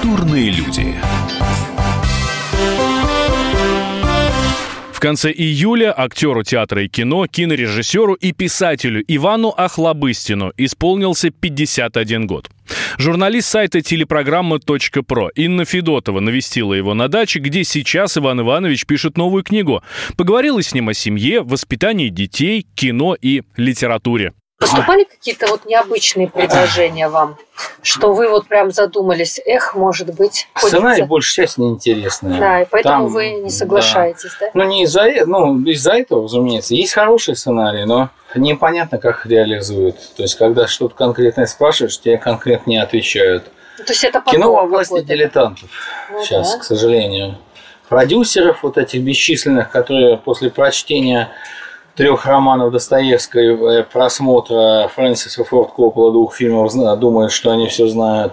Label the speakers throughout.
Speaker 1: Культурные люди. В конце июля актеру театра и кино, кинорежиссеру и писателю Ивану Охлобыстину исполнился 51 год. Журналист сайта телепрограмма.про Инна Федотова навестила его на даче, где сейчас Иван Иванович пишет новую книгу. Поговорила с ним о семье, воспитании детей, кино и литературе.
Speaker 2: Поступали какие-то необычные предложения вам, что вы прям задумались, может быть...
Speaker 3: Сценарий большей части неинтересный.
Speaker 2: Да, и поэтому вы не соглашаетесь, да?
Speaker 3: Не из-за этого, разумеется. Есть хорошие сценарии, но непонятно, как их реализуют. То есть, когда что-то конкретное спрашиваешь, тебе конкретно не отвечают.
Speaker 2: То есть это
Speaker 3: кино во власти дилетантов сейчас, к сожалению. Продюсеров этих бесчисленных, которые после прочтения 3 романов Достоевской, просмотра Фрэнсиса Форд Коппола 2 фильмов думают, что они все знают.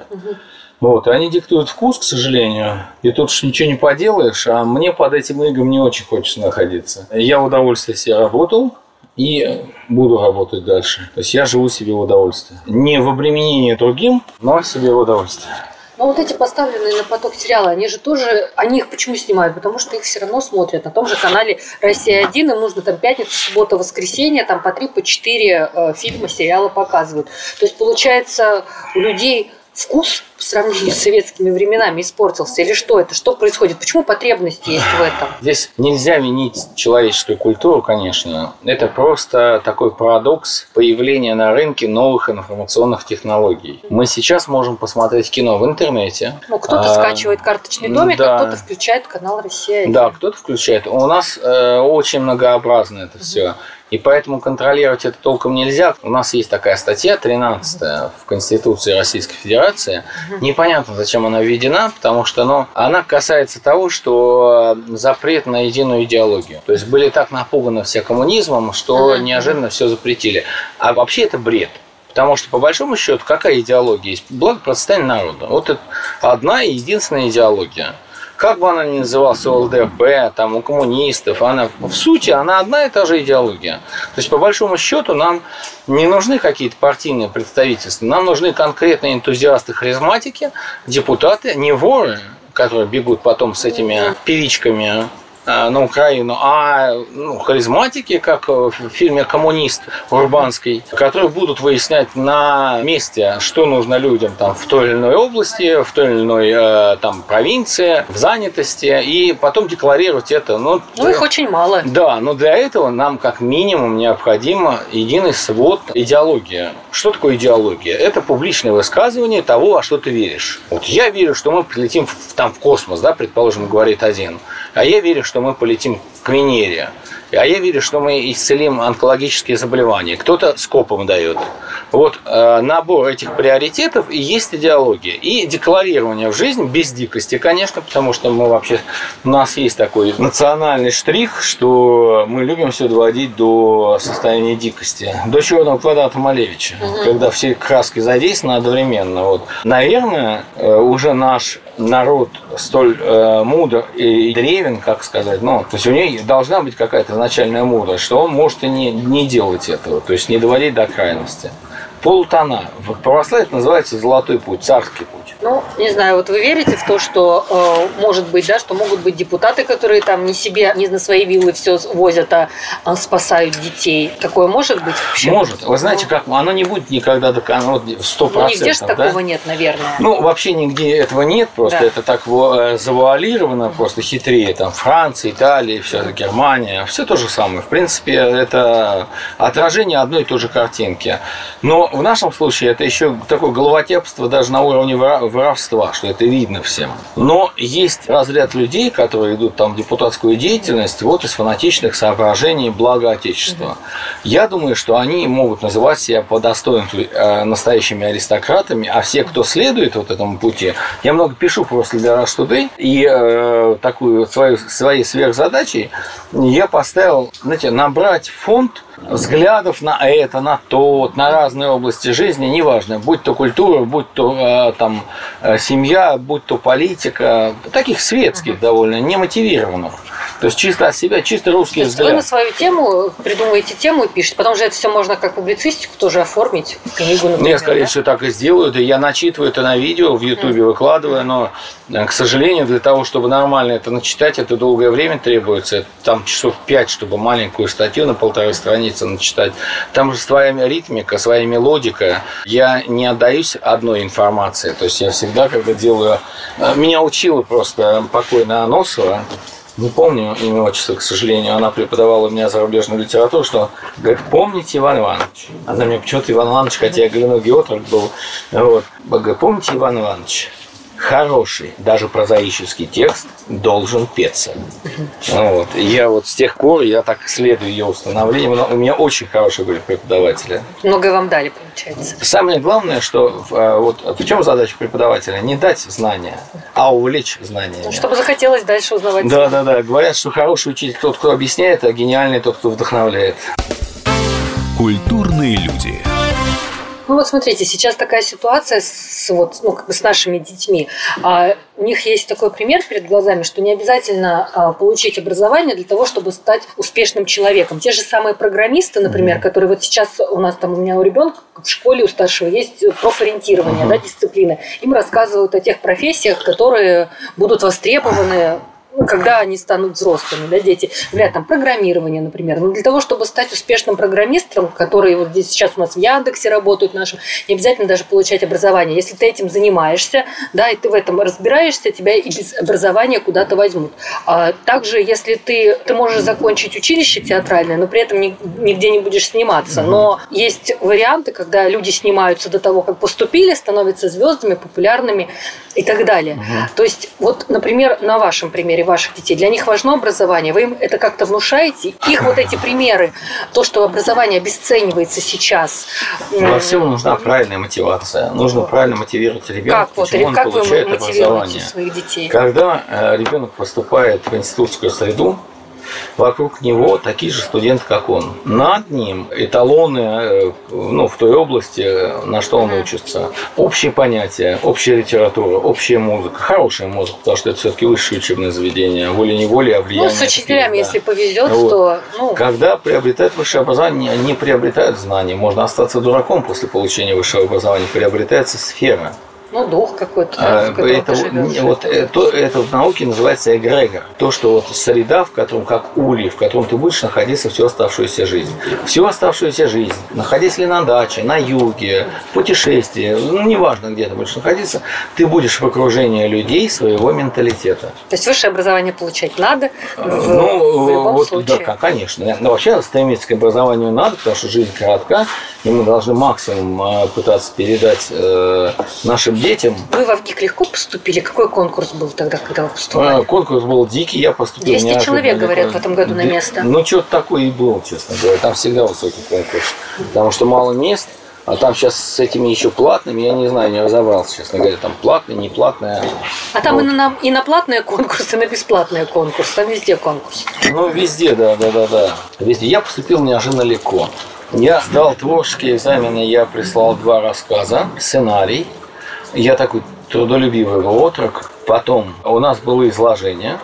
Speaker 3: Они диктуют вкус, к сожалению, и тут уж ничего не поделаешь, а мне под этим играм не очень хочется находиться. Я в удовольствие себе работал и буду работать дальше. То есть я живу себе в удовольствие. Не в обременении другим, но себе в удовольствие.
Speaker 2: Но эти поставленные на поток сериалы, они же тоже, они их почему снимают? Потому что их все равно смотрят на том же канале «Россия-1», им нужно пятница, суббота, воскресенье, по 3, по 4 фильма, сериала показывают. То есть, получается, у людей вкус по сравнению с советскими временами испортился? Или что это? Что происходит? Почему потребность есть в этом?
Speaker 3: Здесь нельзя винить человеческую культуру, конечно. Это просто такой парадокс появления на рынке новых информационных технологий. Мы сейчас можем посмотреть кино в интернете.
Speaker 2: Кто-то скачивает карточный домик, а кто-то включает канал «Россия-1».
Speaker 3: Да, кто-то включает. У нас очень многообразно это все. И поэтому контролировать это толком нельзя. У нас есть такая статья 13 в Конституции Российской Федерации. Непонятно, зачем она введена, потому что она касается того, что запрет на единую идеологию. То есть были так напуганы все коммунизмом, что неожиданно все запретили. А вообще это бред. Потому что, по большому счету, какая идеология есть? Благопроцветание народа. Это одна и единственная идеология. Как бы она ни называлась у ЛДП, у коммунистов, в сути она одна и та же идеология. То есть, по большому счету, нам не нужны какие-то партийные представительства, нам нужны конкретные энтузиасты, харизматики, депутаты, не воры, которые бегут потом с этими певичками на Украину, а харизматики, как в фильме «Коммунист» Урбанской, которые будут выяснять на месте, что нужно людям в той или иной области, в той или иной провинции, в занятости, и потом декларировать это.
Speaker 2: Их очень мало.
Speaker 3: Да, но для этого нам как минимум необходимо единый свод идеологии. Что такое идеология? Это публичное высказывание того, во что ты веришь. Я верю, что мы полетим в космос, предположим, говорит один. А я верю, что мы полетим к Венере. А я верю, что мы исцелим онкологические заболевания. Кто-то скопом дает. Набор этих приоритетов и есть идеология. И декларирование в жизнь без дикости, конечно, потому что у нас есть такой национальный штрих, что мы любим все доводить до состояния дикости. До черного квадрата Малевича, когда все краски задействованы одновременно. Наверное, уже наш народ столь мудр и древен, как сказать, то есть у него должна быть какая-то изначальная мудрость, что он может и не делать этого, то есть не доводить до крайности. Полутона. В православии это называется золотой путь, царский путь.
Speaker 2: Не знаю, вы верите в то, что может быть, что могут быть депутаты, которые не на свои виллы все возят, а спасают детей? Такое может быть вообще?
Speaker 3: Может. Вы знаете, как оно не будет никогда до 100%.
Speaker 2: Нигде же такого нет, наверное.
Speaker 3: Вообще нигде этого нет, просто это так завуалировано, просто хитрее. Франция, Италия, все, Германия, все то же самое. В принципе, это отражение одной и той же картинки. Но в нашем случае это еще такое головотяпство даже на уровне воровства, что это видно всем. Но есть разряд людей, которые идут в депутатскую деятельность из фанатичных соображений блага Отечества. Я думаю, что они могут называть себя по достоинству настоящими аристократами, а все, кто следует этому пути, я много пишу просто для Rush Today, и такую своей сверхзадачей я поставил, набрать фонд взглядов на это, на то, на разные области жизни, неважно, будь то культура, будь то семья, будь то политика, таких светских довольно, немотивированных. То есть чисто от себя, чисто русский взгляд.
Speaker 2: Вы на свою тему придумываете тему и пишете, потом же это все можно как публицистику тоже оформить в книгу, например.
Speaker 3: Нет, скорее всего, так и сделаю. Да я начитываю это на видео, в Ютубе выкладываю, но, к сожалению, для того, чтобы нормально это начитать, это долгое время требуется. Там часов 5, чтобы маленькую статью на 1,5 страницы начитать. Там же своя ритмика, своя мелодика. Я не отдаюсь одной информации. То есть я всегда, когда делаю... Меня учила просто покойная Аносова. Не помню имя, отчество, к сожалению. Она преподавала у меня зарубежную литературу, что говорит, помните Иван Иванович? Она мне почему-то Иван Иванович, хотя я глубокий отрок был. Вот. Говорит, помните Иван Иванович? Хороший, даже прозаический текст должен петься. Вот. Я вот с тех пор, я так следую ее установлению. У меня очень хорошие были преподаватели.
Speaker 2: Многое вам дали, получается.
Speaker 3: Самое главное, что вот в чем задача преподавателя? Не дать знания, а увлечь знаниями.
Speaker 2: Ну, чтобы захотелось дальше узнавать.
Speaker 3: Да. Говорят, что хороший учитель тот, кто объясняет, а гениальный тот, кто вдохновляет.
Speaker 4: Культурные люди.
Speaker 2: Ну вот смотрите, сейчас такая ситуация с нашими детьми. У них есть такой пример перед глазами, что не обязательно получить образование для того, чтобы стать успешным человеком. Те же самые программисты, например, которые вот сейчас у меня у ребенка в школе у старшего есть профориентирование, дисциплины. Им рассказывают о тех профессиях, которые будут востребованы, когда они станут взрослыми, дети. Говорят, там, программирование, например. Но для того, чтобы стать успешным программистом, который вот здесь сейчас у нас в Яндексе работают нашим, не обязательно даже получать образование. Если ты этим занимаешься, и ты в этом разбираешься, тебя и без образования куда-то возьмут. Также, если ты можешь закончить училище театральное, но при этом нигде не будешь сниматься. Но есть варианты, когда люди снимаются до того, как поступили, становятся звездами, популярными и так далее. То есть, вот, например, на вашем примере ваших детей, для них важно образование, вы им это как-то внушаете? Их вот эти примеры, то, что образование обесценивается сейчас.
Speaker 3: Во всем нужна правильная мотивация. Нужно правильно мотивировать ребенка, почему он получает образование.
Speaker 2: Своих детей?
Speaker 3: Когда ребенок поступает в институтскую среду, вокруг него такие же студенты, как он. Над ним эталоны в той области, на что он учится. Общие понятия, общая литература, общая музыка. Хорошая музыка, потому что это все-таки высшее учебное заведение. Волей-неволей, а влияние...
Speaker 2: с учителями, если повезет, то...
Speaker 3: Когда приобретают высшее образование, не приобретают знаний. Можно остаться дураком после получения высшего образования. Приобретается сфера.
Speaker 2: Дух какой-то,
Speaker 3: это в науке называется эгрегор. То, что среда, в котором, как улей, в котором ты будешь находиться всю оставшуюся жизнь. Всю оставшуюся жизнь, находясь ли на даче, на юге, в путешествии, неважно, где ты будешь находиться, ты будешь в окружении людей своего менталитета.
Speaker 2: То есть высшее образование получать надо в любом случае?
Speaker 3: Да, конечно. Но вообще стремиться к образованию надо, потому что жизнь коротка, и мы должны максимум пытаться передать нашим детям.
Speaker 2: Вы во ВГИК легко поступили? Какой конкурс был тогда, когда вы поступали?
Speaker 3: Конкурс был дикий, я поступил.
Speaker 2: 200 человек, говорят, в этом году на место.
Speaker 3: Что-то такое и было, честно говоря. Там всегда высокий конкурс. Потому что мало мест. А там сейчас с этими еще платными, я не знаю, не разобрался, честно говоря. Там платные, не платные.
Speaker 2: А там и на платные конкурсы, и на бесплатные конкурсы. Там везде конкурс.
Speaker 3: Везде, да. Везде. Я поступил неожиданно легко. Я сдал творческие экзамены, я прислал 2 рассказа, сценарий. Я такой трудолюбивый отрок. Потом у нас было изложение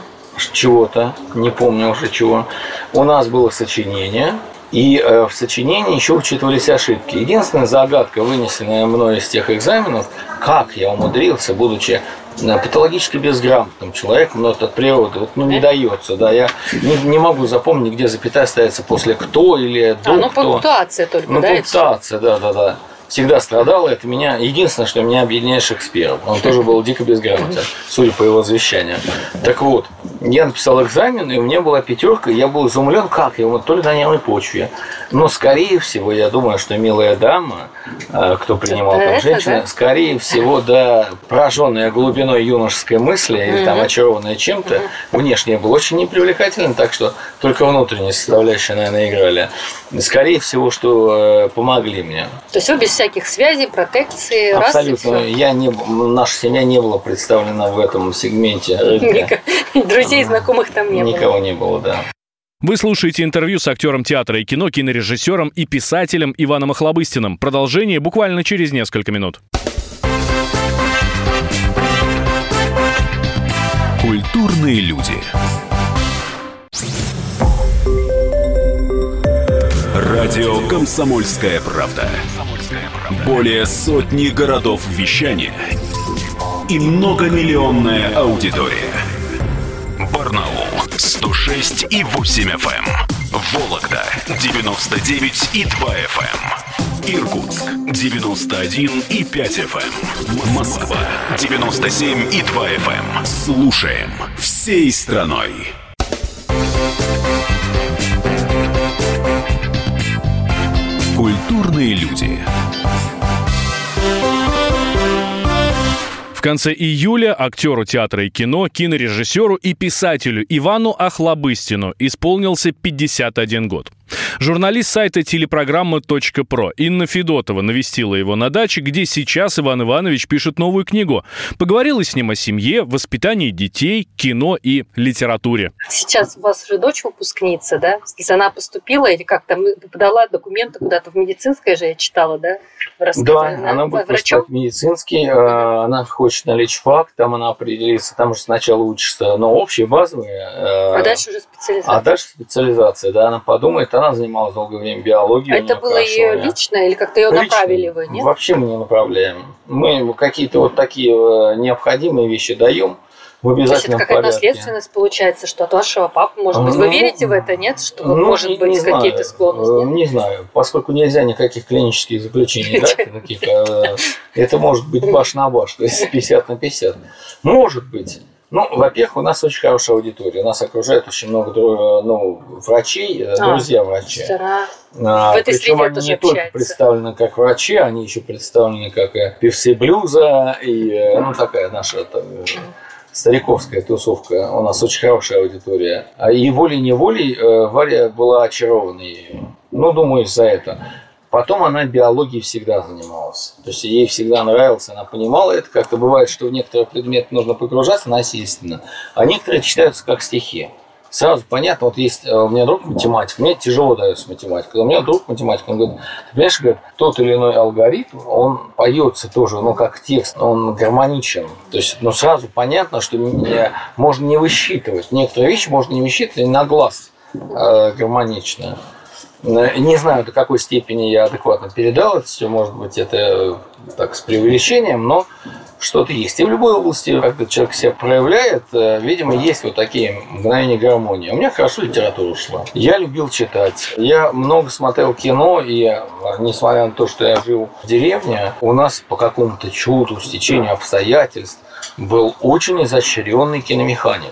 Speaker 3: чего-то, не помню уже чего. У нас было сочинение. И в сочинении еще учитывались ошибки. Единственная загадка, вынесенная мной из тех экзаменов, как я умудрился, будучи патологически безграмотным человеком, но от природы не дается. Да, я не могу запомнить, где запятая ставится после «кто» или «до кто».
Speaker 2: Пунктуация только, да?
Speaker 3: Пунктуация, да. Всегда страдало. Это меня единственное, что меня объединяет с Шекспиром. Он тоже был дико безграмотен, судя по его завещанию. Так вот, я написал экзамен, и у меня была 5, и я был изумлен, как я, то ли на нервной почве. Но, скорее всего, я думаю, что милая дама, кто принимал там женщина, скорее всего, пораженная глубиной юношеской мысли, или там очарованная чем-то, внешне был очень непривлекательным, так что только внутренние составляющие, наверное, играли. Скорее всего, что помогли мне.
Speaker 2: То есть вы без всяких связей, протекции,
Speaker 3: абсолютно. Наша семья не была представлена в этом сегменте рынка.
Speaker 2: Друзей и знакомых там не было.
Speaker 3: Никого не было, да.
Speaker 1: Вы слушаете интервью с актером театра и кино, кинорежиссером и писателем Иваном Охлобыстиным. Продолжение буквально через несколько минут.
Speaker 4: Культурные люди. Радио «Комсомольская правда». Более сотни городов вещания и многомиллионная аудитория. Барнаул 106,8 FM. Вологда 99,2 FM. Иркутск 91,5 FM. Москва 97,2 FM. Слушаем всей страной. Культурные люди.
Speaker 1: В конце июля актеру театра и кино, кинорежиссеру и писателю Ивану Охлобыстину исполнился 51 год. Журналист сайта телепрограмма.про Инна Федотова навестила его на даче, где сейчас Иван Иванович пишет новую книгу. Поговорила с ним о семье, воспитании детей, кино и литературе.
Speaker 2: Сейчас у вас уже дочь выпускница, да? Если она поступила или как там подала документы куда-то в медицинское же, я читала, да?
Speaker 3: Да, она будет поступать в медицинский, она хочет на личфак, там она определится, там уже сначала учится, но общие, базовые.
Speaker 2: А дальше уже специализация.
Speaker 3: А дальше специализация, да, она подумает, она занималась долгое время биологией.
Speaker 2: А это было ее личное или как-то ее направили вы, нет?
Speaker 3: Вообще мы не направляем. Мы какие-то вот такие необходимые вещи даем в обязательном порядке. То есть это
Speaker 2: какая-то наследственность получается, что от вашего папы, может быть, вы верите в это, нет? Что может быть какие-то склонности?
Speaker 3: Не знаю, поскольку нельзя никаких клинических заключений дать, это может быть баш на баш, то есть 50 на 50. Может быть. Ну, во-первых, у нас очень хорошая аудитория. Нас окружает очень много врачей, друзья врачей. Причем они не только представлены как врачи, они еще представлены как певцы блюза и такая наша стариковская тусовка. У нас очень хорошая аудитория. И волей-неволей Варя была очарована ею. Думаю, из-за этого. Потом она биологией всегда занималась. То есть ей всегда нравилось, она понимала это. Как-то бывает, что в некоторые предметы нужно погружаться насильственно, а некоторые читаются как стихи. Сразу понятно, вот есть у меня друг математик, мне тяжело дается математика. У меня друг математик, он говорит, ты понимаешь, тот или иной алгоритм, он поется тоже, как текст, он гармоничен. То есть, сразу понятно, что можно не высчитывать. Некоторые вещи можно не высчитывать на глаз гармонично. Не знаю, до какой степени я адекватно передал это все, может быть, это так с преувеличением, но что-то есть. И в любой области, когда человек себя проявляет, видимо, есть вот такие мгновения гармонии. У меня хорошо литература шла. Я любил читать. Я много смотрел кино, и несмотря на то, что я жил в деревне, у нас по какому-то чуду, стечению обстоятельств был очень изощренный киномеханик.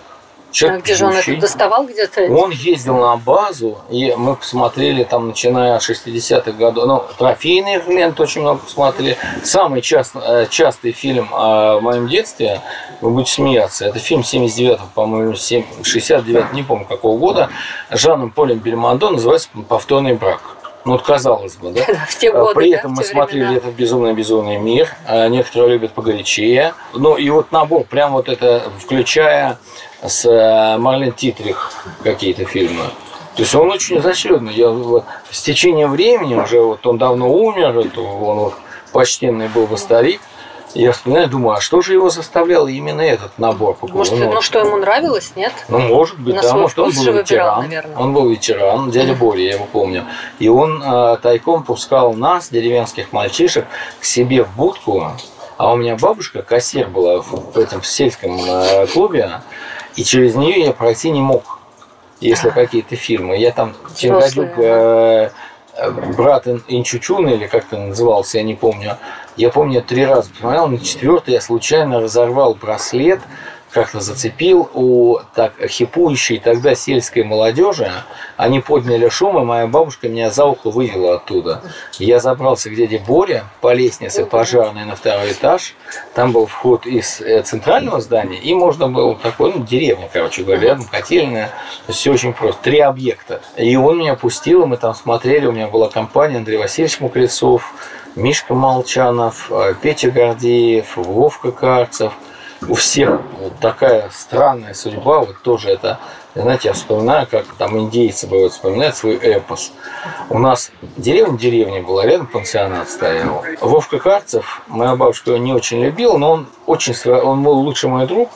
Speaker 2: А где же он это доставал где-то?
Speaker 3: Он ездил на базу, и мы посмотрели там, начиная от 60-х годов, трофейные ленты очень много посмотрели. Самый частый фильм в моем детстве, вы будете смеяться, это фильм 79-го, по-моему, 69-го, не помню какого года, с Жаном Полем Бельмондо, называется «Повторный брак». Казалось бы, да? При этом мы смотрели этот «Безумный мир», некоторые любят погорячее. И вот набор, прям вот это, включая с Марлен Дитрих какие-то фильмы. То есть он очень изощренный. С течением времени, уже он давно умер, он почтенный был бы старик. Я вспоминаю, думаю, а что же его заставляло именно этот набор покупать?
Speaker 2: Может, что ему нравилось, нет?
Speaker 3: Может быть, да. Может, он был ветеран. Он был ветеран, дядя Боря, я его помню. И он тайком пускал нас, деревенских мальчишек, к себе в будку. А у меня бабушка кассир была в этом сельском клубе, и через нее я пройти не мог, если какие-то фильмы. Я там «Чингадюк», «Брат Инчучуна», или как это назывался, я не помню. Я помню, 3 раза посмотрел, на 4-й я случайно разорвал браслет, как-то зацепил у хипующей тогда сельской молодежи. Они подняли шум, и моя бабушка меня за ухо вывела оттуда. Я забрался к дяде Боре по лестнице пожарной на 2-й этаж. Там был вход из центрального здания, и можно было деревня, короче говоря, рядом котельная. То есть все очень просто. 3 объекта. И он меня пустил, и мы там смотрели. У меня была компания: Андрей Васильевич Мокрецов, Мишка Молчанов, Петя Гордеев, Вовка Карцев. У всех такая странная судьба, тоже это, знаете, я вспоминаю, как там индейцы бывают, вспоминают свой эпос. У нас деревня была, рядом пансионат стоял. Вовка Карцев, моя бабушка его не очень любила, но он был лучший мой друг.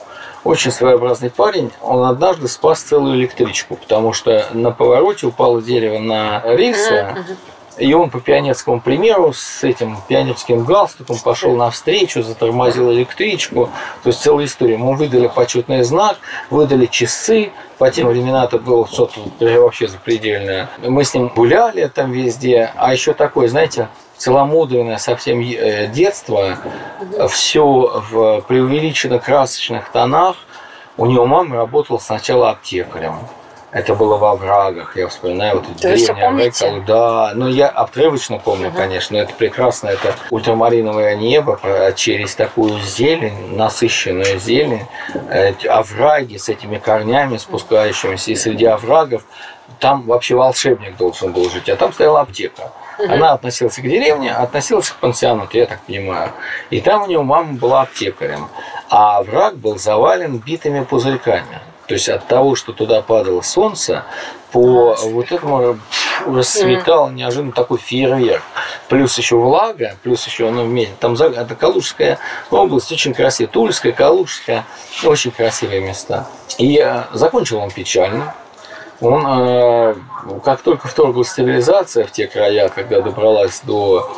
Speaker 3: очень своеобразный парень. Он однажды спас целую электричку, потому что на повороте упало дерево на рельсы, и он по пионерскому примеру с этим пионерским галстуком пошел навстречу, затормозил электричку. То есть целая история. Ему выдали почетный знак, выдали часы. По тем временам это было что-то вообще запредельное. Мы с ним гуляли там везде. А еще такое, знаете, целомудренное совсем детство. Все в преувеличенно красочных тонах. У него мама работала сначала аптекарем. Это было во Оврагах, я вспоминаю вот эти древние Овраги. Да, но я отрывочно помню, конечно, это прекрасно, это ультрамариновое небо через такую зелень, насыщенную зелень, овраги с этими корнями спускающимися, и среди оврагов там вообще волшебник должен был жить, а там стояла аптека. Она относилась к деревне, относилась к пансионату, я так понимаю. И там у него мама была аптекарем, а овраг был завален битыми пузырьками. То есть от того, что туда падало солнце, по вот этому расцветал неожиданно такой фейерверк. Плюс еще влага, плюс еще там это Калужская область, очень красивая, Тульская, Калужская, очень красивые места. И закончил он печально. Он, как только вторглась цивилизация в те края, когда добралась до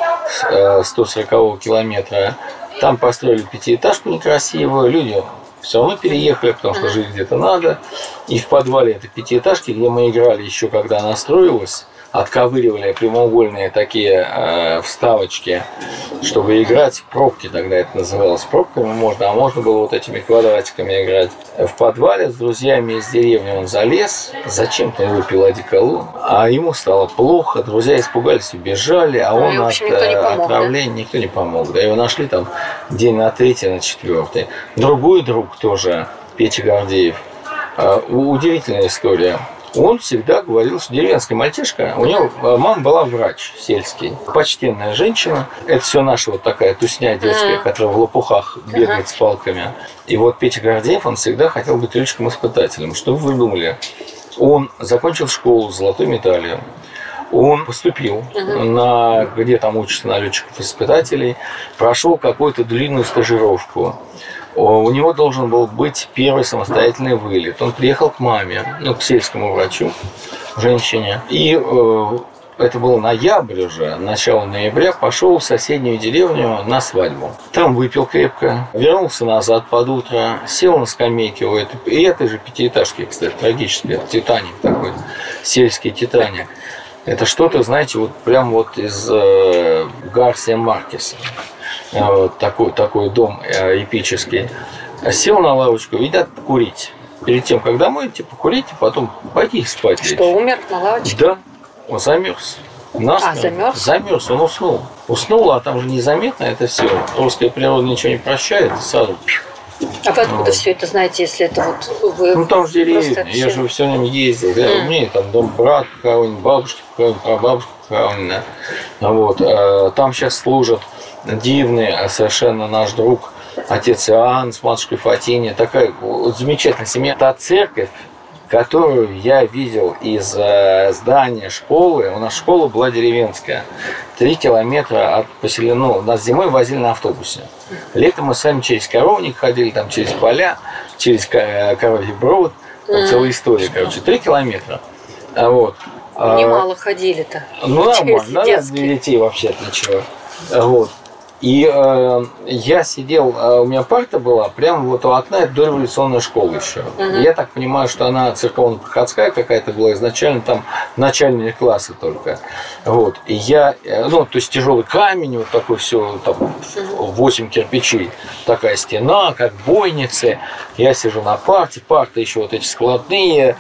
Speaker 3: 140-го километра, там построили пятиэтажку некрасивую, люди все равно переехали, потому что жить где-то надо. И в подвале этой пятиэтажки, где мы играли еще когда она строилась, отковыривали прямоугольные такие вставочки, чтобы играть. Пробки тогда это называлось. Пробками можно, а можно было вот этими квадратиками играть. В подвале с друзьями из деревни он залез, зачем-то он выпил одеколон, а ему стало плохо, друзья испугались, убежали, а он от отравления никто не помог. Да, его нашли там день на третий, на четвертый. Другой друг тоже, Петя Гордеев. Удивительная история. Он всегда говорил, что деревенский мальчишка, у него мама была врач сельский, почтенная женщина. Это все наша вот такая тусня детская, которая в лопухах бегает с палками. И вот Петя Гордеев, он всегда хотел быть летчиком-испытателем. Что вы думали? Он закончил школу с золотой медалью. Он поступил где там учатся на летчиков-испытателей, прошел какую-то длинную стажировку. У него должен был быть первый самостоятельный вылет. Он приехал к маме, к сельскому врачу, женщине. И это был ноябрь уже, начало ноября, пошел в соседнюю деревню на свадьбу. Там выпил крепко, вернулся назад под утро, сел на скамейке у этой же пятиэтажки, кстати, трагический, Титаник такой, сельский Титаник. Это что-то, знаете, вот прям вот из Гарсия Маркеса. Вот такой дом эпический. Сел на лавочку, видят, курить. Перед тем, как домой идти, покурить, и потом пойти спать.
Speaker 2: Что, умер на лавочке?
Speaker 3: Да, он замерз. Замерз, он уснул. Уснул, а там же незаметно это все. Русская природа ничего не прощает, сразу.
Speaker 2: А вы откуда все это знаете, если это вот вы...
Speaker 3: там в деревне, я же все время ездил. У меня там дом брат похоронен, бабушки похоронен, прабабушка похоронена. Вот. Там сейчас служат дивный совершенно наш друг, отец Иоанн с матушкой Фатине. Такая замечательная семья. Та церковь, которую я видел из здания школы. У нас школа была деревенская. 3 километра от поселения. Нас зимой возили на автобусе. Летом мы сами через коровник ходили, там через поля, через коровий брод. Там целая история, 3 километра. Вот.
Speaker 2: Немало ходили-то.
Speaker 3: Нормально, для детей вообще ничего. Вот. И я сидел, у меня парта была прямо вот у окна, это дореволюционная школа еще. Я так понимаю, что она церковно-приходская какая-то была изначально, там начальные классы только. Вот. И я, то есть тяжелый камень, вот такой все, там 8 кирпичей, такая стена, как бойницы. Я сижу на парте, парты еще вот эти складные,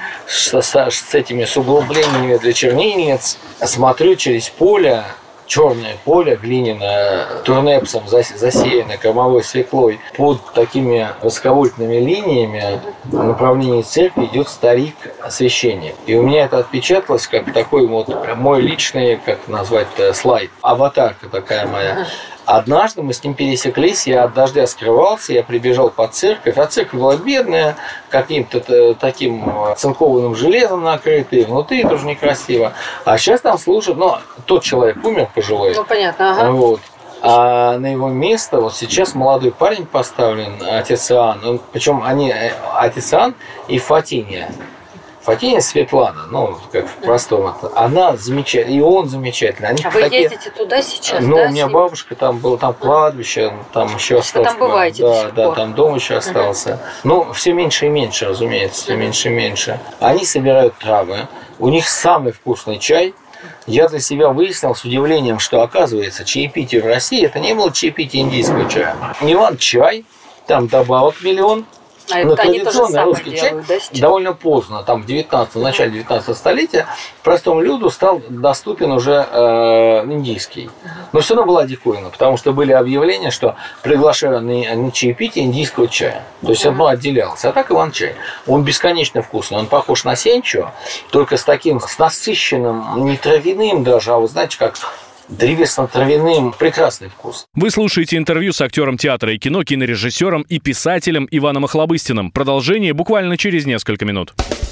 Speaker 3: с этими с углублениями для чернильниц. Смотрю через поле. Черное поле, глиняное, турнепсом засеянное кормовой свеклой. Под такими высоковольтными линиями в направлении церкви идет старик-священник. И у меня это отпечаталось как такой вот мой личный, как назвать-то, слайд. Аватарка такая моя. Однажды мы с ним пересеклись, я от дождя скрывался, я прибежал под церковь, а церковь была бедная, каким-то таким цинкованным железом накрытый, внутри тоже некрасиво. А сейчас там служат, тот человек умер пожилой.
Speaker 2: Понятно, ага.
Speaker 3: Вот. А на его место вот сейчас молодой парень поставлен, отец Иоанн. Причем они отец Иоанн и Фатиния. Фатиния Светлана, ну, как в простом, она замечательная, и он замечательный. Они
Speaker 2: вы ездите туда сейчас,
Speaker 3: Ну,
Speaker 2: да,
Speaker 3: у меня бабушка там была, там кладбище, там еще осталось.
Speaker 2: Вы там бываете до сих
Speaker 3: да,
Speaker 2: пор?
Speaker 3: Там дом еще остался. Ну, все меньше и меньше, разумеется, все меньше и меньше. Они собирают травы, у них самый вкусный чай. Я для себя выяснил с удивлением, что, оказывается, чаепитие в России, это не было чаепитие индийского чая. Иван-чай, там добавок миллион. Но традиционный русский чай довольно поздно, там в начале 19 столетия, простому люду стал доступен уже индийский. Но все равно была диковина, потому что были объявления, что приглашаю на чаепитие индийского чая. То есть одно отделялось. А так Иван-чай. Он бесконечно вкусный. Он похож на сенчо, только с таким, с насыщенным, не травяным даже, а вы знаете, как... древесно-травяным. Прекрасный вкус.
Speaker 1: Вы слушаете интервью с актером театра и кино, кинорежиссером и писателем Иваном Охлобыстиным. Продолжение буквально через несколько минут.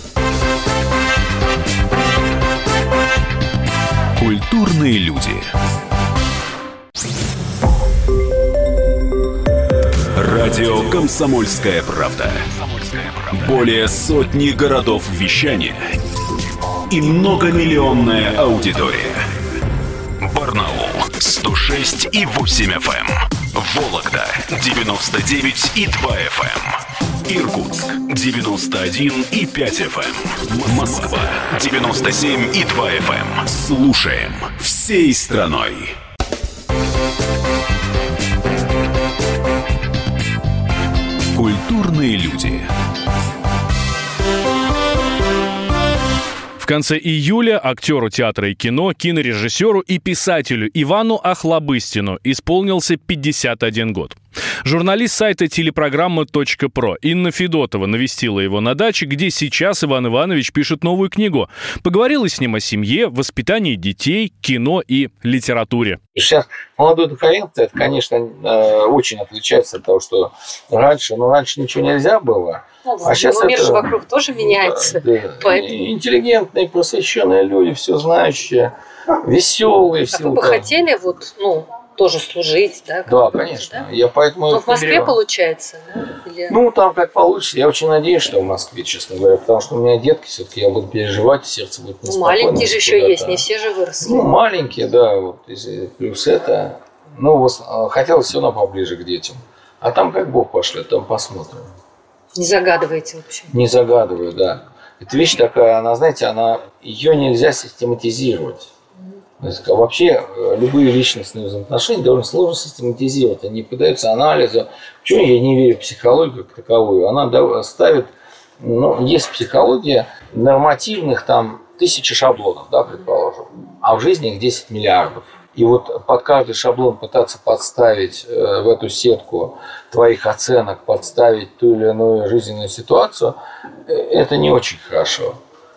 Speaker 4: Культурные люди. Радио «Комсомольская правда». Более сотни городов вещания и многомиллионная аудитория. Барнаул 106,8 FM. Вологда 99,2 FM. Иркутск 91,5 FM. Москва 97,2 FM. Слушаем всей страной. Культурные люди.
Speaker 1: В конце июля актеру театра и кино, кинорежиссеру и писателю Ивану Охлобыстину исполнился 51 год. Журналист сайта телепрограмма.про Инна Федотова навестила его на даче, где сейчас Иван Иванович пишет новую книгу. Поговорила с ним о семье, воспитании детей, кино и литературе.
Speaker 3: Сейчас молодой духовенство, это, конечно, очень отличается от того, что раньше. Но раньше ничего нельзя было.
Speaker 2: А сейчас мир же вокруг тоже меняется.
Speaker 3: Да. Интеллигентные, просвещенные люди, все знающие, веселые.
Speaker 2: Вы бы хотели тоже служить, да?
Speaker 3: Да, конечно. Да? Я поэтому.
Speaker 2: Но в Москве получается, да? Или...
Speaker 3: Ну, там как получится. Я очень надеюсь, что в Москве, честно говоря, потому что у меня детки, все-таки я буду переживать, сердце будет неспокойно.
Speaker 2: Маленькие же еще есть, не все же выросли.
Speaker 3: Ну, маленькие, да, вот, плюс это. Ну, вот, хотелось все равно поближе к детям. А там как Бог пошлет, там посмотрим.
Speaker 2: Не загадываете вообще?
Speaker 3: Не загадываю, да. Это вещь такая, она, знаете, ее нельзя систематизировать. То есть, вообще любые личностные взаимоотношения довольно сложно систематизировать. Они поддаются анализу. Почему я не верю в психологию как таковую? Она ставит, есть психология нормативных там 1000 шаблонов, да, предположим. А в жизни их 10 миллиардов. И вот под каждый шаблон пытаться подставить в эту сетку твоих оценок, подставить ту или иную жизненную ситуацию, это не очень хорошо.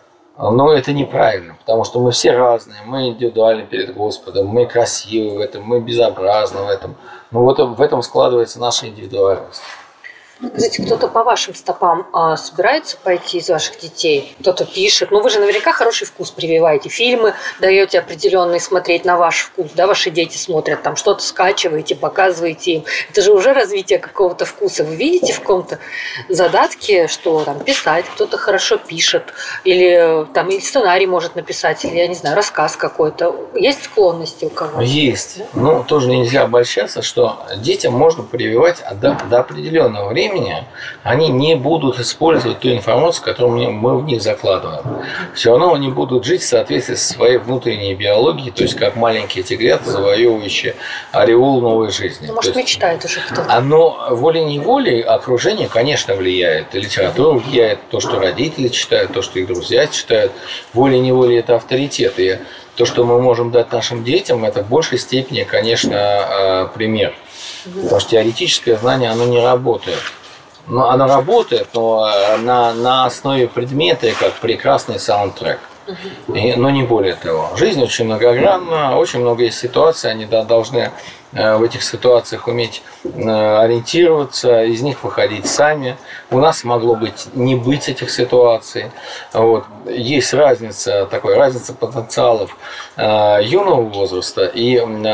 Speaker 3: Но это неправильно, потому что мы все разные, мы индивидуальны перед Господом, мы красивы в этом, мы безобразны в этом. Но вот в этом складывается наша индивидуальность.
Speaker 2: Скажите, кто-то по вашим стопам собирается пойти из ваших детей? Кто-то пишет. Вы же наверняка хороший вкус прививаете. Фильмы даете определенные смотреть на ваш вкус. Да, ваши дети смотрят, там что-то скачиваете, показываете им. Это же уже развитие какого-то вкуса. Вы видите в каком-то задатке, что там писать, кто-то хорошо пишет, или там и сценарий может написать, или, я не знаю, рассказ какой-то. Есть склонности у кого-то?
Speaker 3: Есть. Но тоже нельзя обольщаться, что детям можно прививать до определенного времени. Они не будут использовать ту информацию, которую мы в них закладываем. Все равно они будут жить в соответствии со своей внутренней биологией, то есть как маленькие тигрята, завоевывающие ореол новой жизни.
Speaker 2: Может, мечтает уже кто-то.
Speaker 3: Оно волей-неволей окружение, конечно, влияет. И литература влияет, то, что родители читают, то, что их друзья читают. Волей-неволей это авторитет. И то, что мы можем дать нашим детям, это в большей степени, конечно, пример. Потому что теоретическое знание, оно не работает. Оно работает, но на основе предмета, как прекрасный саундтрек. Но не более того. Жизнь очень многогранна, очень много есть ситуаций, они должны в этих ситуациях уметь ориентироваться, из них выходить сами. У нас могло не быть этих ситуаций. Вот. Есть разница потенциалов юного возраста и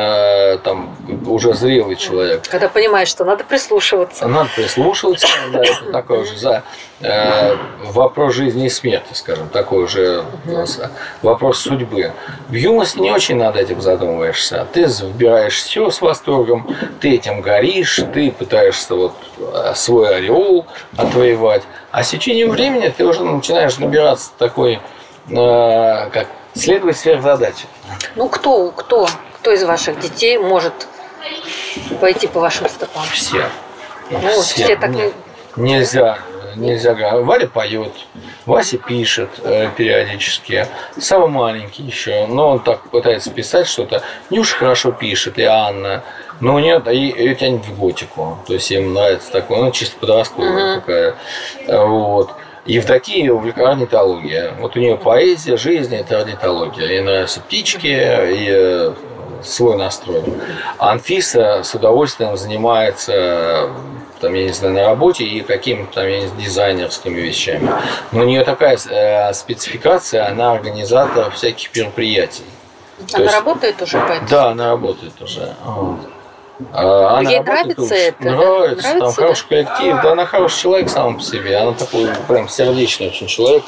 Speaker 3: там, уже зрелый человек.
Speaker 2: Когда понимаешь, что надо прислушиваться.
Speaker 3: Надо прислушиваться, да, это такой уже вопрос жизни и смерти, скажем, такой уже вопрос судьбы. В юности не очень над этим задумываешься. Ты выбираешь все с восторгом, ты этим горишь, ты пытаешься свой ореол отвоевать. А с течением времени ты уже начинаешь набираться такой, как следовать сверхзадаче.
Speaker 2: Ну, кто из ваших детей может пойти по вашим стопам?
Speaker 3: Все.
Speaker 2: Все так
Speaker 3: Нельзя. Варя поет, Вася пишет периодически, самый маленький еще, но он так пытается писать что-то. Нюша хорошо пишет, и Анна, но у нее ее тянет в готику, то есть им нравится такое, чисто подростковая такая, вот. Евдокия увлекает орнитология. Вот у нее поэзия, жизнь – это орнитология. Ей нравятся птички и свой настрой. А Анфиса с удовольствием занимается, там, я не знаю, на работе и какими-то там, дизайнерскими вещами. Но у нее такая спецификация, она организатор всяких мероприятий.
Speaker 2: Она работает уже по этому?
Speaker 3: Да, она работает уже. Вот.
Speaker 2: Ей нравится это?
Speaker 3: Нравится, там хороший коллектив. Да, она хороший человек сам по себе. Она такой прям сердечный очень человек,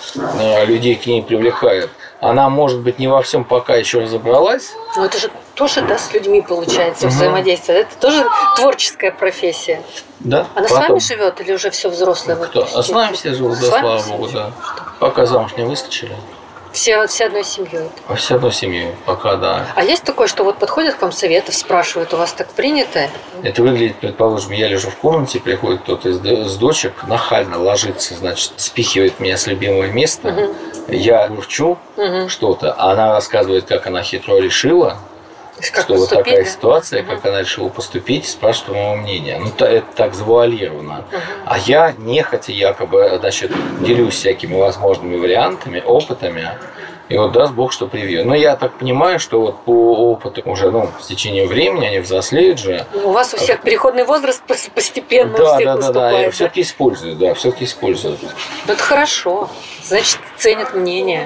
Speaker 3: и людей к ней привлекает. Она, может быть, не во всем пока еще разобралась.
Speaker 2: Но это же тоже, да, с людьми получается взаимодействие. Это тоже творческая профессия.
Speaker 3: Да.
Speaker 2: Она с вами живет или уже все взрослые?
Speaker 3: Кто? А с нами все живут, да, слава богу, да. Пока замуж не выскочили.
Speaker 2: Все одной семьей?
Speaker 3: Все одной семьей, пока да.
Speaker 2: А есть такое, что подходят к вам советов, спрашивают, у вас так принято?
Speaker 3: Это выглядит, предположим, я лежу в комнате, приходит кто-то из дочек, нахально ложится, значит, спихивает меня с любимого места. Я бурчу что-то, а она рассказывает, как она хитро решила, что вот такая ситуация, как она решила поступить, спрашивает моего мнения. Это так завуалировано. А я нехотя якобы, значит, делюсь всякими возможными вариантами, опытами. И даст Бог, что привью. Но я так понимаю, что по опыту уже, с течением времени, они взрослеют же.
Speaker 2: У вас у всех переходный возраст постепенно у всех наступает.
Speaker 3: Да. Все-таки используют,
Speaker 2: Это хорошо. Значит, ценят мнение.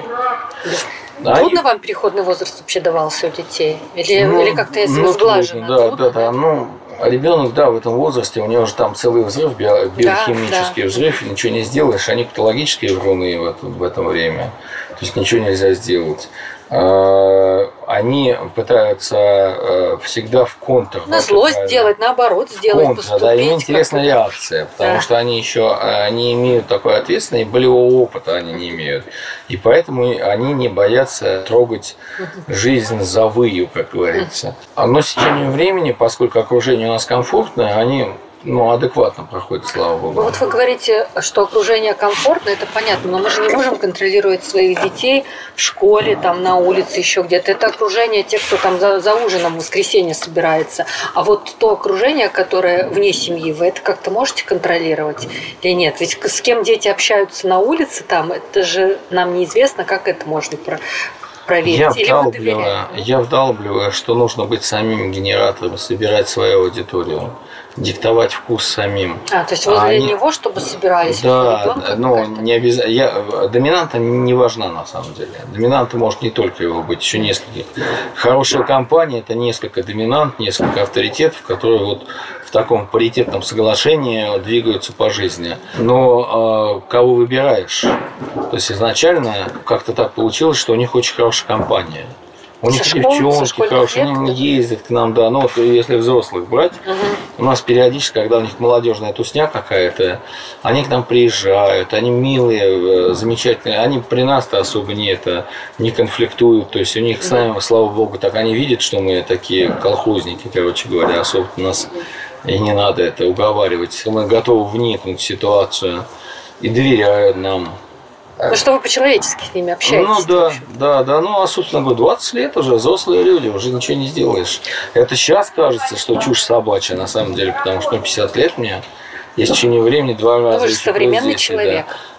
Speaker 2: Трудно вам переходный возраст вообще давался у детей? Или как-то сглажено?
Speaker 3: Да. Ребенок, в этом возрасте, у него же там целый взрыв, биохимический взрыв, ничего не сделаешь, они патологические вруны в это время, то есть ничего нельзя сделать. Они пытаются всегда в контр.
Speaker 2: На злость делать, наоборот, сделать, поступить.
Speaker 3: Да, им интересна реакция, потому что они еще не имеют такой ответственности, болевого опыта они не имеют. И поэтому они не боятся трогать жизнь за выю, как говорится. Но с течением времени, поскольку окружение у нас комфортное, они адекватно проходит, слава богу.
Speaker 2: Вы говорите, что окружение комфортно, это понятно, но мы же не можем контролировать своих детей в школе, там, на улице, еще где-то. Это окружение тех, кто там за ужином в воскресенье собирается. А то окружение, которое вне семьи, вы это как-то можете контролировать или нет? Ведь с кем дети общаются на улице, там, это же нам неизвестно, как это можно проверить.
Speaker 3: Я вдалбливаю, что нужно быть самим генератором, собирать свою аудиторию, диктовать вкус самим.
Speaker 2: То есть возле него, чтобы собирались?
Speaker 3: Да, не обязательно. Доминанта не важна на самом деле. Доминанта может не только его быть, еще несколько. Хорошая компания – это несколько доминант, несколько авторитетов, которые в таком паритетном соглашении двигаются по жизни. Но кого выбираешь? То есть изначально как-то так получилось, что у них очень хорошая компания. У них девчонки хорошие, они ездят к нам, да. Если взрослых брать, у нас периодически, когда у них молодежная тусня какая-то, они к нам приезжают, они милые, замечательные, они при нас-то особо не конфликтуют, то есть у них с нами, слава богу, так они видят, что мы такие колхозники, короче говоря, особо нас и не надо это уговаривать, мы готовы вникнуть в ситуацию и доверяют нам.
Speaker 2: Что вы по-человечески с ними общаетесь?
Speaker 3: Да. Собственно говоря, 20 лет уже, взрослые люди, уже ничего не сделаешь. Это сейчас кажется, что чушь собачья, на самом деле, потому что 50 лет мне, есть в течение времени 2 раза.
Speaker 2: Вы же современный человек.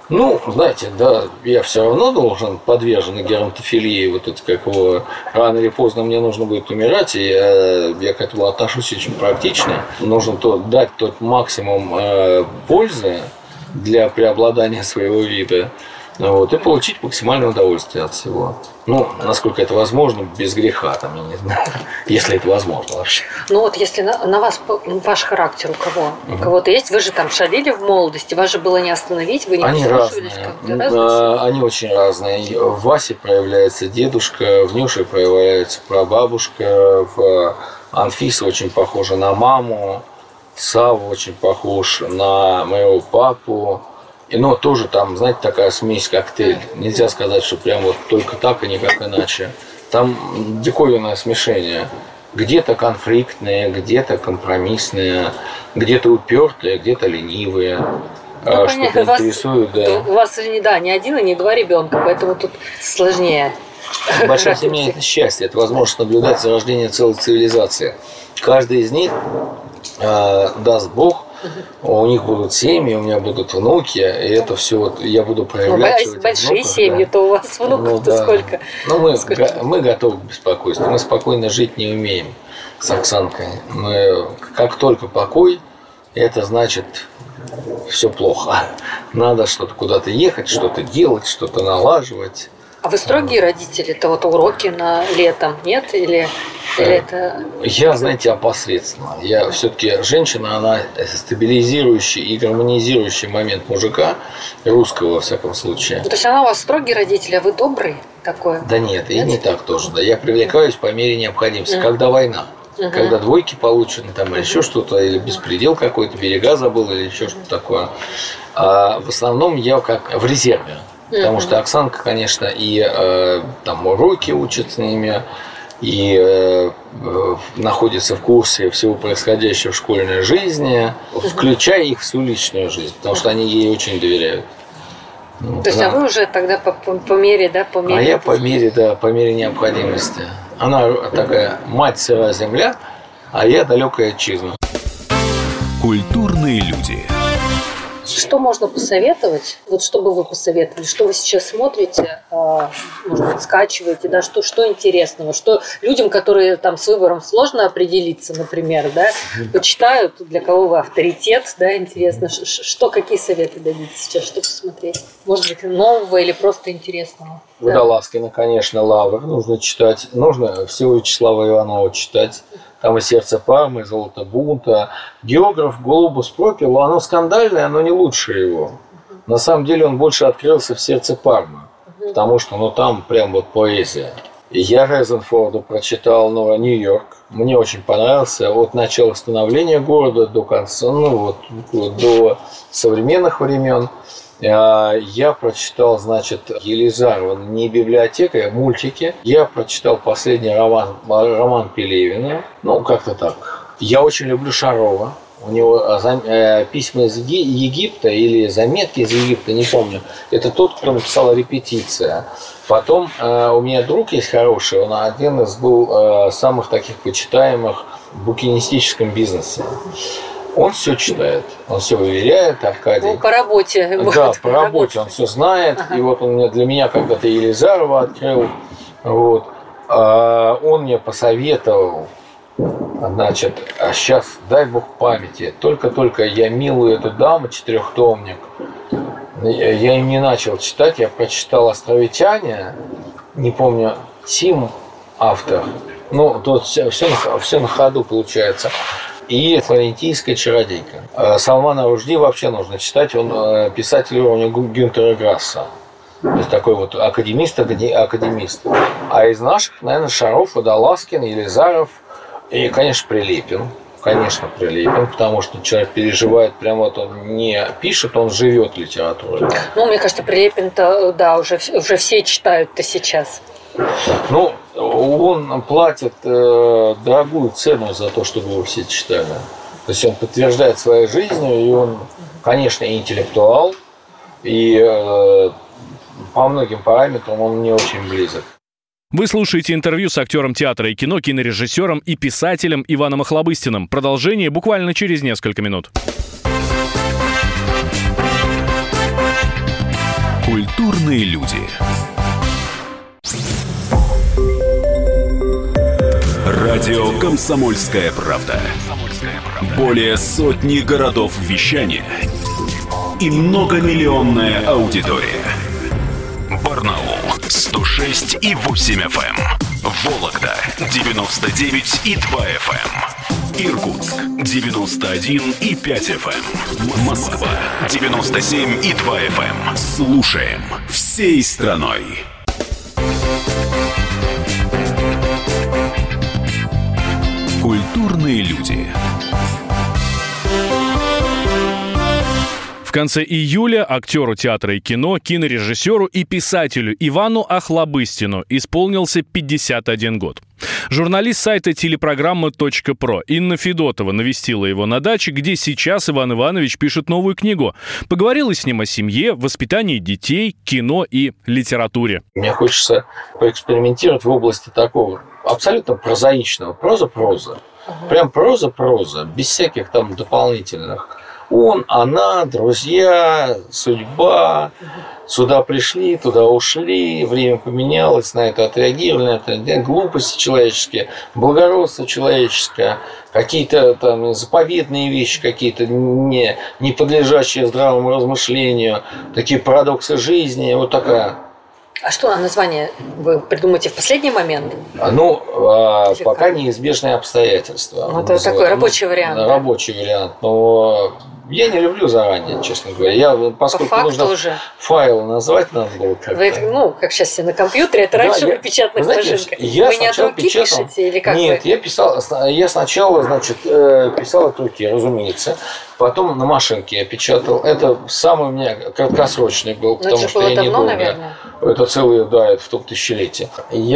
Speaker 3: Ну, знаете, да, я все равно должен подвержен геронтофилии, вот это как его, рано или поздно мне нужно будет умирать, и я к этому отношусь очень практично. Нужно дать тот максимум пользы для преобладания своего вида, вот, и получить максимальное удовольствие от всего. Ну, насколько это возможно, без греха, там, я не знаю, если это возможно вообще.
Speaker 2: Ну вот, если на вас, ваш характер у кого? У кого-то есть? Вы же там шалили в молодости, вас же было не остановить, вы не прислушивались как-то?
Speaker 3: Они очень разные. В Васе проявляется дедушка, в Нюше проявляется прабабушка, в Анфиса очень похожа на маму, Сава очень похож на моего папу. Но тоже там, знаете, такая смесь, коктейль. Нельзя сказать, что прям вот только так и никак иначе. Там диковинное смешение. Где-то конфликтные, где-то компромиссные, где-то упертые, где-то ленивые.
Speaker 2: Ну,
Speaker 3: что-то интересует, да.
Speaker 2: У вас же не один и не два ребенка, поэтому тут сложнее.
Speaker 3: Большая семья – это счастье, это возможность наблюдать за рождением целой цивилизации. Каждый из них, даст Бог, у них будут семьи, у меня будут внуки, и это все вот я буду проявлять.
Speaker 2: Ну, большие семьи-то да. У вас внуков-то сколько?
Speaker 3: Ну, мы готовы к беспокойству. Мы спокойно жить не умеем с Оксанкой. Мы, как только покой, это значит все плохо. Надо что-то куда-то ехать, что-то делать, что-то налаживать.
Speaker 2: А вы строгие родители? Это вот уроки на летом, нет? Или это...
Speaker 3: Я, знаете, опосредственно. Я все-таки женщина, она стабилизирующий и гармонизирующий момент мужика, русского во всяком случае.
Speaker 2: То есть она у вас строгий родитель, а вы добрый такой?
Speaker 3: Да нет, и не так тоже. Да. Я привлекаюсь по мере необходимости. Когда война. Когда двойки получены, там, или еще что-то, или беспредел какой-то, берега забыл, или еще что-то такое. А в основном я как в резерве. Потому что Оксанка, конечно, и там уроки учат с ними, и находится в курсе всего происходящего в школьной жизни, включая их всю личную жизнь, потому что они ей очень доверяют.
Speaker 2: То есть, а вы уже тогда по мере, да, по мере...
Speaker 3: А я по мере необходимости. Она такая мать сырая земля, а я далекая отчизна.
Speaker 4: Культурные люди.
Speaker 2: Что можно посоветовать? Вот что бы вы посоветовали? Что вы сейчас смотрите, может быть, скачиваете, да? Что интересного? Что людям, которые там с выбором сложно определиться, например, да, почитают, для кого вы авторитет, да, интересно. Какие советы дадите сейчас, что посмотреть? Может быть, нового или просто интересного?
Speaker 3: Водолазкина, конечно, Лавр нужно читать. Нужно всего Вячеслава Иванова читать. Там и «Сердце Пармы», и «Золото бунта». «Географ», «Глобус пропил», оно скандальное, оно не лучше его. На самом деле он больше открылся в «Сердце Пармы», потому что там прям вот поэзия. И я Резенфорду прочитал «Нью-Йорк». Мне очень понравился от начала становления города до конца, до современных времен. Я прочитал, значит, Елизарова, не библиотека, а мультики. Я прочитал последний роман Пелевина. Как-то так. Я очень люблю Шарова. У него письма из Египта или заметки из Египта, не помню. Это тот, кто написал «Репетиция». Потом у меня друг есть хороший, он один из был самых таких почитаемых в букинистическом бизнесе. Он все читает, он все выверяет, Аркадий.
Speaker 2: По работе.
Speaker 3: Да, по работе он все знает. И вот он для меня когда-то Елизарова открыл. Вот. Он мне посоветовал, значит, а сейчас, дай бог памяти, только-только я милую эту даму, 4-томник. Я им не начал читать, я прочитал «Островитяне», не помню, Тим автор. Тут все на ходу получается. И «Флорентийская чародейка». Салмана Ружди вообще нужно читать. Он писатель уровня Гюнтера Грасса. То есть такой вот академист. А из наших, наверное, Шаров, Водолазкин, Елизаров и, конечно, Прилепин. Потому что человек переживает, прям вот он не пишет, он живет литературой.
Speaker 2: Мне кажется, Прилепин-то, да, уже все читают-то сейчас.
Speaker 3: Он платит дорогую цену за то, чтобы его все читали. То есть он подтверждает своей жизнью, и он, конечно, интеллектуал, и по многим параметрам он мне очень близок.
Speaker 1: Вы слушаете интервью с актером театра и кино, кинорежиссером и писателем Иваном Охлобыстиным. Продолжение буквально через несколько минут.
Speaker 4: Культурные люди. Радио «Комсомольская правда». Более сотни городов вещания и многомиллионная аудитория. Барнаул 106,8 FM. Вологда 99,2 FM. Иркутск 91,5 FM. Москва 97,2 FM. Слушаем всей страной. Культурные люди.
Speaker 1: В конце июля актеру театра и кино, кинорежиссеру и писателю Ивану Охлобыстину исполнился 51 год. Журналист сайта телепрограмма.про Инна Федотова навестила его на даче, где сейчас Иван Иванович пишет новую книгу. Поговорила с ним о семье, воспитании детей, кино и литературе.
Speaker 3: Мне хочется поэкспериментировать в области такого абсолютно прозаичного. Проза. Прям проза, без всяких там дополнительных. Он, она, друзья, судьба, сюда пришли, туда ушли, время поменялось, на это отреагировали, на это глупости человеческие, благородство человеческое, какие-то там заповедные вещи, какие-то не подлежащие здравому размышлению, такие парадоксы жизни, вот такая.
Speaker 2: А что название вы придумаете в последний момент?
Speaker 3: Пока неизбежные обстоятельства.
Speaker 2: Ну, это такой рабочий вариант.
Speaker 3: Рабочий вариант, но я не люблю заранее, честно говоря. Поскольку нужно уже файл назвать надо было как-то.
Speaker 2: Как сейчас все на компьютере, это раньше на печатных машинках. Вы не от руки пишете или как?
Speaker 3: Нет, я сначала, писал от руки, разумеется. Потом на машинке я печатал. Это самый у меня краткосрочный был, потому что я недолго. Наверное. Это целое, это в том тысячелетие.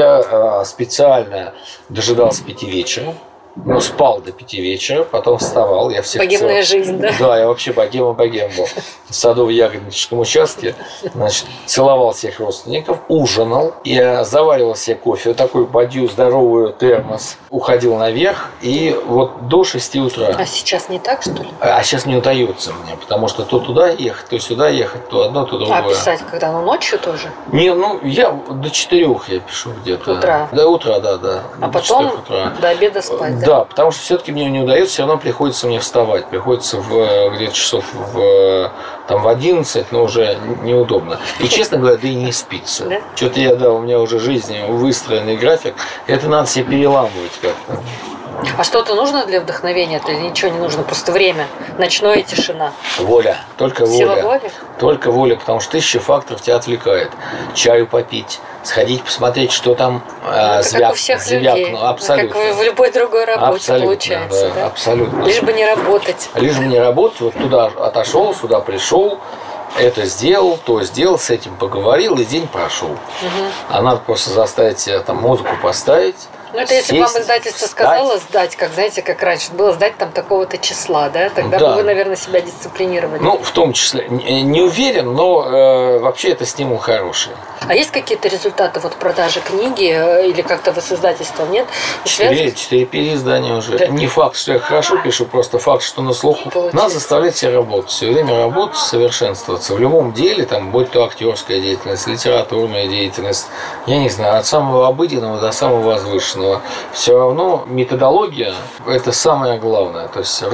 Speaker 3: Я специально дожидался 5 вечера. Спал до 5 вечера, потом вставал. Я всех
Speaker 2: богемная жизнь, да?
Speaker 3: Да, я вообще богем был. В садово-ягодническом участке. Целовал всех родственников, ужинал. Я заваривал себе кофе, вот такую бадью, здоровую термос. Уходил наверх и вот до 6 утра.
Speaker 2: А сейчас не так, что ли?
Speaker 3: А сейчас не удается мне, потому что то туда ехать, то сюда ехать, то одно, то другое.
Speaker 2: А писать когда? Ночью тоже?
Speaker 3: Я до 4 я пишу где-то.
Speaker 2: Утра?
Speaker 3: До утра, да.
Speaker 2: А потом до обеда спать?
Speaker 3: Да, потому что все-таки мне не удается, все равно приходится мне вставать. Приходится где-то часов в 11, но уже неудобно. И, честно говоря, да и не спится. Да? Что-то у меня уже жизнь, выстроенный график. Это надо себе переламывать как-то.
Speaker 2: А что-то нужно для вдохновения? Или ничего не нужно? Просто время, ночная тишина.
Speaker 3: Воля. Только воля.
Speaker 2: Сила воли?
Speaker 3: Только воля, потому что 1000 факторов тебя отвлекает. Чаю попить, сходить посмотреть, что там
Speaker 2: как у всех людей.
Speaker 3: Абсолютно.
Speaker 2: Как в любой другой работе абсолютно, получается.
Speaker 3: Да? Абсолютно.
Speaker 2: Лишь бы не работать.
Speaker 3: Лишь бы не работать. Вот туда отошел, сюда пришел. Это сделал, то сделал, с этим поговорил, и день прошел. А надо просто заставить себя музыку поставить.
Speaker 2: Это если бы вам издательство сказало сдать, как раньше было, сдать такого-то числа, да? Тогда бы вы, наверное, себя дисциплинировали.
Speaker 3: В том числе. Не уверен, но вообще это стимул хороший.
Speaker 2: А есть какие-то результаты продажи книги или как-то вы с издательством, нет?
Speaker 3: 4 переиздания уже. Да. Не факт, что я хорошо пишу, просто факт, что на слуху. Надо заставлять себя работать. Все время работать, совершенствоваться. В любом деле, будь то актерская деятельность, литературная деятельность, я не знаю, от самого обыденного до самого возвышенного. Все равно методология – это самое главное. То есть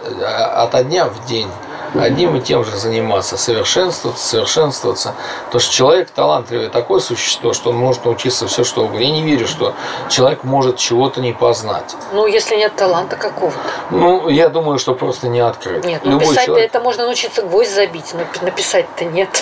Speaker 3: ото дня в день одним и тем же заниматься, совершенствоваться. Потому что человек талантливый такое существо, что он может научиться все что угодно. Я не верю, что человек может чего-то не познать.
Speaker 2: Если нет таланта какого-то.
Speaker 3: Я думаю, что просто не открыт.
Speaker 2: Нет, писать-то это можно научиться гвоздь забить, но написать-то нет.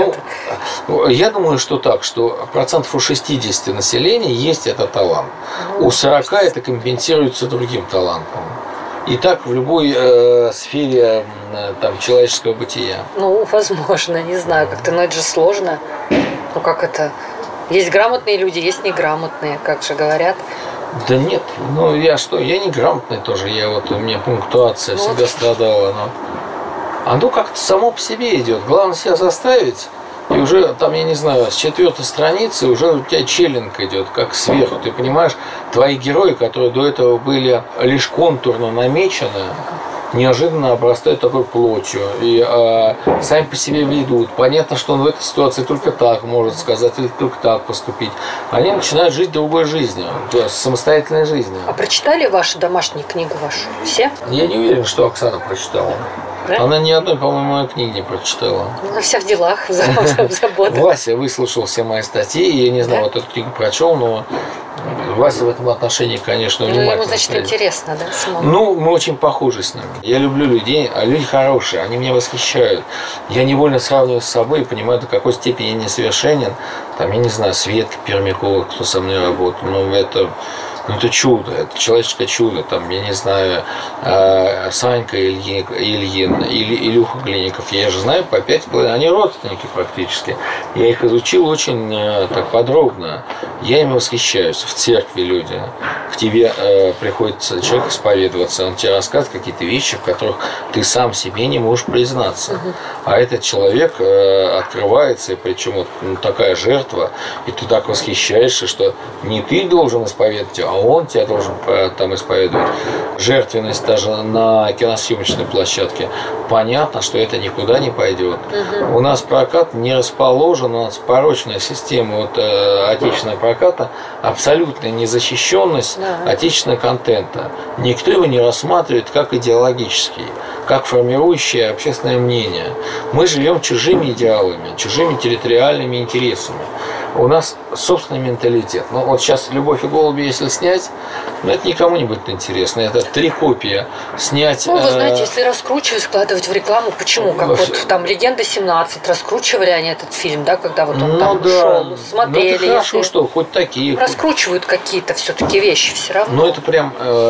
Speaker 3: Я думаю, что так, что 60% населения есть этот талант. У 40 это компенсируется другим талантом. И так в любой сфере человеческого бытия.
Speaker 2: Возможно, не знаю, но это же сложно. Как это? Есть грамотные люди, есть неграмотные, как же говорят.
Speaker 3: Да нет, я неграмотный тоже, у меня пунктуация всегда страдала. Оно как-то само по себе идет. Главное себя заставить. И уже я не знаю, с 4-й страницы уже у тебя челлинг идет, как сверху. Ты понимаешь, твои герои, которые до этого были лишь контурно намечены, неожиданно обрастают такой плотью и сами по себе ведут. Понятно, что он в этой ситуации только так может сказать или только так поступить. Они начинают жить другой жизнью, то есть самостоятельной жизнью.
Speaker 2: А прочитали вашу домашнюю книгу вашу? Все?
Speaker 3: Я не уверен, что Оксана прочитала. Да? Она ни одной, по-моему, моей книги не прочитала.
Speaker 2: Она вся в делах, в заботах.
Speaker 3: Вася выслушал все мои статьи, я не знаю, вот эту книгу прочел, но Вася в этом отношении, конечно, внимательно.
Speaker 2: Ему, значит, интересно, да, самому?
Speaker 3: Ну, мы очень похожи с ними. Я люблю людей, а люди хорошие, они меня восхищают. Я невольно сравниваю с собой и понимаю, до какой степени я несовершенен. Там, я не знаю, Светка Пермякова, кто со мной работает, это чудо, это человеческое чудо. Там, я не знаю, Санька Ильин, Илюха Глиников, я же знаю по 5 лет, они родственники практически. Я их изучил очень так подробно. Я ими восхищаюсь. В церкви люди. К тебе приходит человек исповедоваться, он тебе рассказывает какие-то вещи, в которых ты сам себе не можешь признаться. А этот человек открывается, и причем вот такая жертва, и ты так восхищаешься, что не ты должен исповедовать, а он тебя должен там исповедовать. Жертвенность даже на киносъемочной площадке. Понятно, что это никуда не пойдет. У нас прокат не расположен, у нас порочная система отечественного проката, абсолютная незащищенность отечественного контента. Никто его не рассматривает как идеологический, как формирующее общественное мнение. Мы живем чужими идеалами, чужими территориальными интересами. У нас собственный менталитет. Ну вот сейчас «Любовь и голуби», если снять, это никому не будет интересно. Это 3 копии снять.
Speaker 2: Ну, вы знаете, если раскручивать, складывать в рекламу, почему? Как вот там «Легенда 17», раскручивали они этот фильм, да, когда вот он там шел, смотрели.
Speaker 3: Ну, это хорошо, что хоть такие.
Speaker 2: Раскручивают какие-то все-таки вещи все равно.
Speaker 3: Ну, это прям...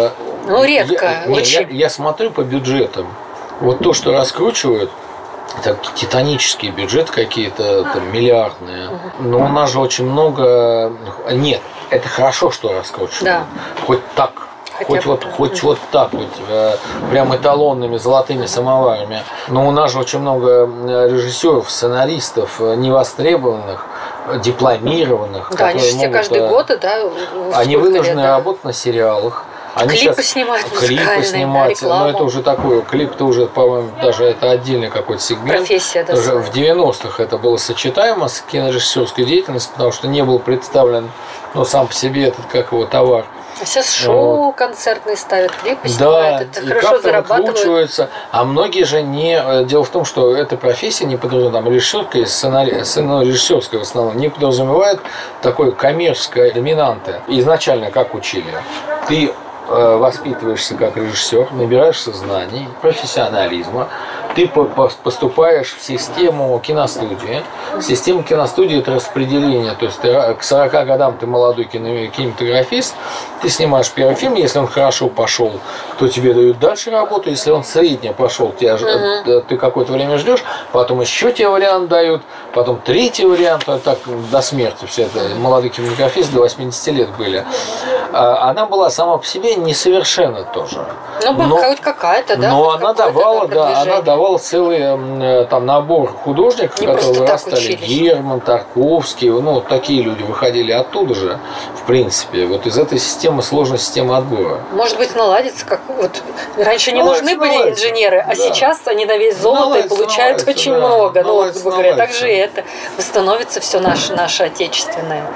Speaker 2: редко, очень.
Speaker 3: Я смотрю по бюджетам. Вот то, что раскручивают, это титанические бюджеты какие-то, там, миллиардные. Но у нас же очень много... Нет, это хорошо, что раскручивают. Да. Хоть так. Хоть вот так вот, прям эталонными золотыми самоварами. Но у нас же очень много режиссеров, сценаристов, невостребованных, дипломированных.
Speaker 2: Да, они же все каждый год, да.
Speaker 3: Они вынуждены работать на сериалах. Они
Speaker 2: клипы снимают
Speaker 3: снимать, но это уже такое, клип-то уже, по-моему, даже это отдельный какой-то сегмент.
Speaker 2: Профессия, да.
Speaker 3: Уже в 90-х это было сочетаемо с кинорежиссерской деятельностью, потому что не был представлен, сам по себе этот, как его, товар.
Speaker 2: А сейчас шоу концертные ставят, клипы снимают, это хорошо зарабатывают.
Speaker 3: А многие же не... Дело в том, что эта профессия не подразумевает, режиссерская и режиссерская в основном, не подразумевает такой коммерческой доминанты. Изначально как учили? Ты воспитываешься как режиссер, набираешься знаний, профессионализма, ты поступаешь в систему киностудии. Система киностудии – это распределение, то есть к 40 годам ты молодой кинематографист, ты снимаешь первый фильм, если он хорошо пошел, то тебе дают дальше работу, если он средне пошел, ты какое-то время ждешь, потом еще тебе вариант дают, потом третий вариант, так до смерти все это, молодые кинематографисты до 80 лет были. Она была сама по себе несовершенна тоже.
Speaker 2: Но хоть какая-то, да?
Speaker 3: Но она давала целый там набор художников,
Speaker 2: не
Speaker 3: которые вырастали. Герман, Тарковский, такие люди выходили оттуда же, в принципе. Вот из этой системы, сложной системы отбора.
Speaker 2: Может быть, наладится, как вот раньше не нужны были инженеры, а сейчас они на весь золото и получают очень много. Грубо говоря, так же и это восстановится все наше отечественное.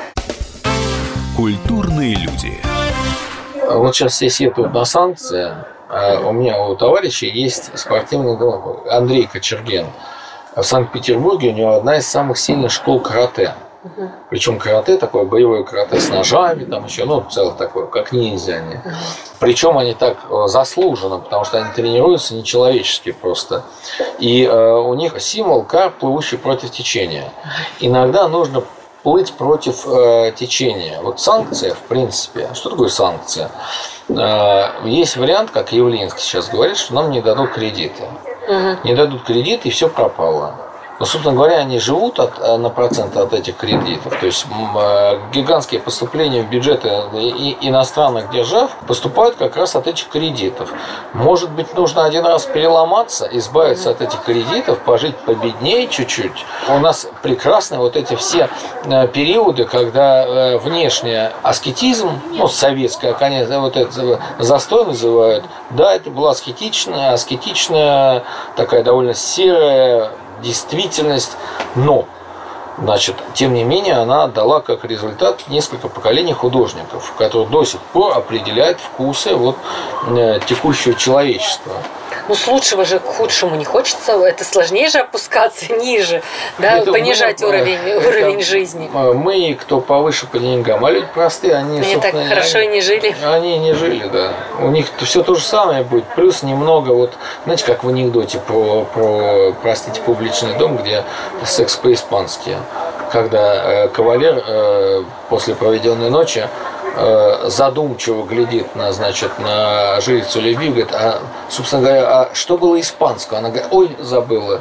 Speaker 4: Культурные люди.
Speaker 3: Вот сейчас все сетуют на санкции. У меня у товарища есть спортивный дом Андрей Кочерген. В Санкт-Петербурге у него одна из самых сильных школ карате. Причем карате такое боевое карате с ножами, там еще, целое такое, как ниндзя они. Причем они так заслуженно, потому что они тренируются нечеловечески просто. И у них символ карп, плывущий против течения. Иногда нужно плыть против течения. Вот санкция, в принципе, что такое санкция? Есть вариант, как Явлинский сейчас говорит, что нам не дадут кредиты. Не дадут кредиты, и все пропало.
Speaker 5: Но, собственно говоря, они живут на проценты от этих кредитов. То есть гигантские поступления в бюджеты иностранных держав поступают как раз от этих кредитов. Может быть, нужно один раз переломаться, избавиться от этих кредитов, пожить победнее чуть-чуть. У нас прекрасны вот эти все периоды, когда внешний аскетизм, советская, конечно, вот это застой называют, да, это была аскетичная, такая довольно серая действительность, но, тем не менее, она дала как результат несколько поколений художников, которые до сих пор определяют вкусы текущего человечества.
Speaker 2: С лучшего же к худшему не хочется, это сложнее же опускаться ниже, да, понижать уровень жизни.
Speaker 5: Мы, кто повыше по деньгам, а люди простые, они
Speaker 2: так хорошо и не жили.
Speaker 5: Они не жили, да. У них все то же самое будет, плюс немного, знаете, как в анекдоте про простите, публичный дом, где секс по-испански, когда кавалер после проведенной ночи задумчиво глядит на жрицу любви, говорит, собственно говоря, что было испанского? Она говорит, ой, забыла.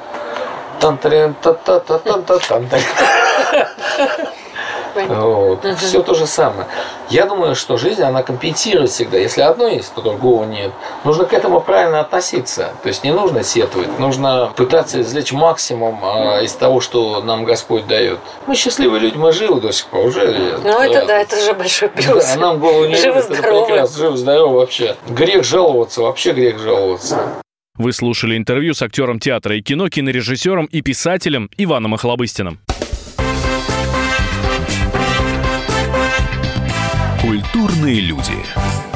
Speaker 5: Все то же самое. Я думаю, что жизнь, она компенсирует всегда. Если одно есть, то другого нет. Нужно к этому правильно относиться. То есть не нужно сетовать, нужно пытаться извлечь максимум из того, что нам Господь дает. Мы счастливые люди, мы живы до сих пор уже.
Speaker 2: Это уже большой плюс.
Speaker 5: Да, нам голову не
Speaker 2: живы-здоровы.
Speaker 5: Живы-здоровы вообще. Грех жаловаться, вообще грех жаловаться.
Speaker 1: Вы слушали интервью с актером театра и кино, кинорежиссером и писателем Иваном Охлобыстиным.
Speaker 4: Культурные люди.